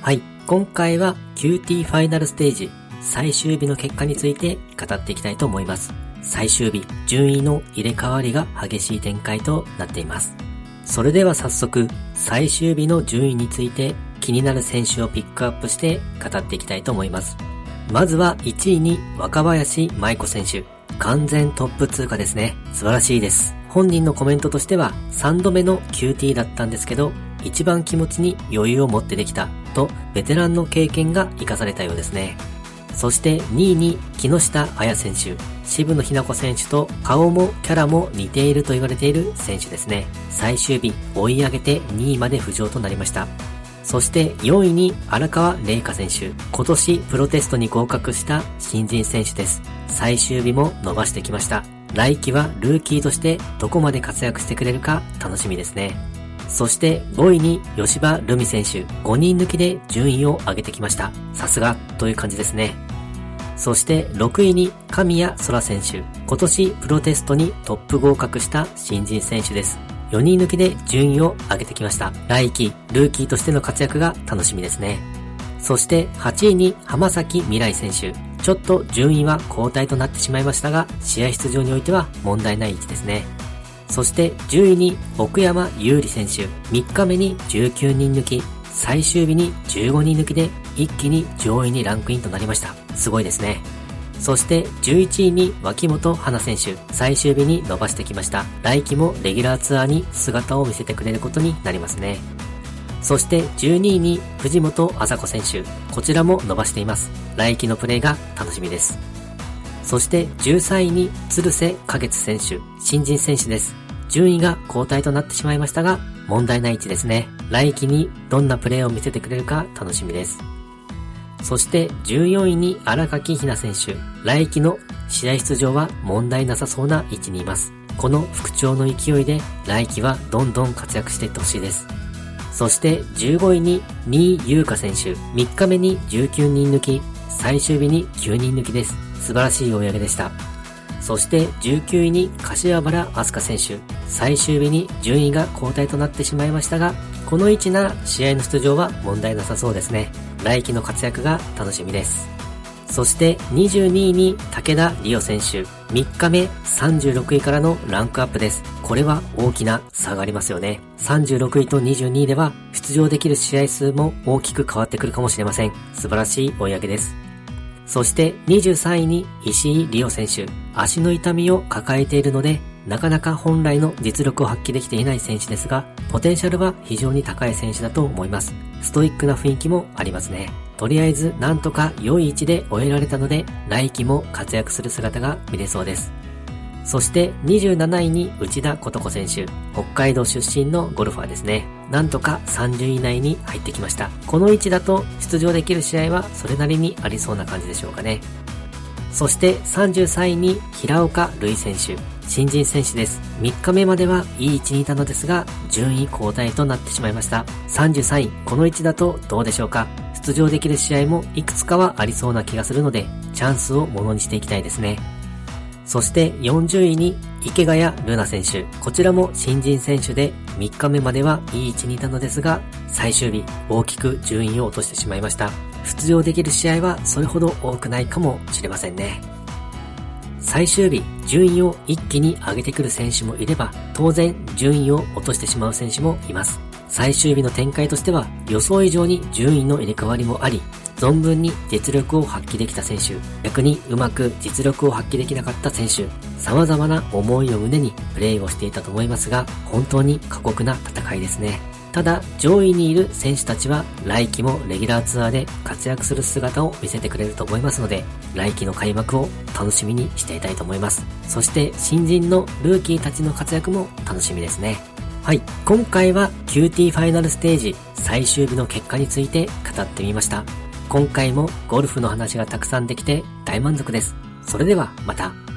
はい、今回は QT ファイナルステージ最終日の結果について語っていきたいと思います。最終日、順位の入れ替わりが激しい展開となっています。それでは早速、最終日の順位について気になる選手をピックアップして語っていきたいと思います。まずは1位に若林舞子選手。完全トップ通過ですね。素晴らしいです。本人のコメントとしては3度目の QT だったんですけど、一番気持ちに余裕を持ってできたとベテランの経験が生かされたようですね。そして2位に木下彩選手。渋野日向子選手と顔もキャラも似ていると言われている選手ですね。最終日追い上げて2位まで浮上となりました。そして4位に荒川玲香選手。今年プロテストに合格した新人選手です。最終日も伸ばしてきました。来季はルーキーとしてどこまで活躍してくれるか楽しみですね。そして5位に吉羽ルミ選手。5人抜きで順位を上げてきました。さすがという感じですね。そして6位に神谷そら選手。今年プロテストにトップ合格した新人選手です。4人抜きで順位を上げてきました。来季ルーキーとしての活躍が楽しみですね。そして8位に浜崎未来選手。ちょっと順位は後退となってしまいましたが、試合出場においては問題ない位置ですね。そして10位に奥山優里選手。3日目に19人抜き、最終日に15人抜きで一気に上位にランクインとなりました。すごいですね。そして11位に脇本花選手。最終日に伸ばしてきました。来季もレギュラーツアーに姿を見せてくれることになりますね。そして12位に藤本麻子選手。こちらも伸ばしています。来季のプレーが楽しみです。そして13位に鶴瀬花月選手。新人選手です。順位が後退となってしまいましたが、問題ない位置ですね。来季にどんなプレーを見せてくれるか楽しみです。そして14位に荒垣ひな選手。来季の試合出場は問題なさそうな位置にいます。この復調の勢いで来季はどんどん活躍していってほしいです。そして15位に新井優香選手。3日目に19人抜き、最終日に9人抜きです。素晴らしい追い上げでした。そして19位に柏原明日香選手。最終日に順位が後退となってしまいましたが、この位置なら試合の出場は問題なさそうですね。来季の活躍が楽しみです。そして22位に武田理央選手。3日目36位からのランクアップです。これは大きな差がありますよね。36位と22位では出場できる試合数も大きく変わってくるかもしれません。素晴らしい追い上げです。そして23位に石井理央選手。足の痛みを抱えているので、なかなか本来の実力を発揮できていない選手ですが、ポテンシャルは非常に高い選手だと思います。ストイックな雰囲気もありますね。とりあえずなんとか良い位置で終えられたので、来季も活躍する姿が見れそうです。そして27位に内田琴子選手。北海道出身のゴルファーですね。なんとか30位以内に入ってきました。この位置だと出場できる試合はそれなりにありそうな感じでしょうかね。そして33位に平岡瑠衣選手。新人選手です。3日目まではいい位置にいたのですが、順位後退となってしまいました。33位、この位置だとどうでしょうか。出場できる試合もいくつかはありそうな気がするので、チャンスをものにしていきたいですね。そして40位に池谷瑠奈選手。こちらも新人選手で3日目まではいい位置にいたのですが、最終日大きく順位を落としてしまいました。出場できる試合はそれほど多くないかもしれませんね。最終日、順位を一気に上げてくる選手もいれば、当然順位を落としてしまう選手もいます。最終日の展開としては予想以上に順位の入れ替わりもあり、存分に実力を発揮できた選手、逆にうまく実力を発揮できなかった選手、様々な思いを胸にプレーをしていたと思いますが、本当に過酷な戦いですね。ただ上位にいる選手たちは来季もレギュラーツアーで活躍する姿を見せてくれると思いますので、来季の開幕を楽しみにしていたいと思います。そして新人のルーキーたちの活躍も楽しみですね。はい、今回は QT ファイナルステージ最終日の結果について語ってみました。今回もゴルフの話がたくさんできて大満足です。それではまた。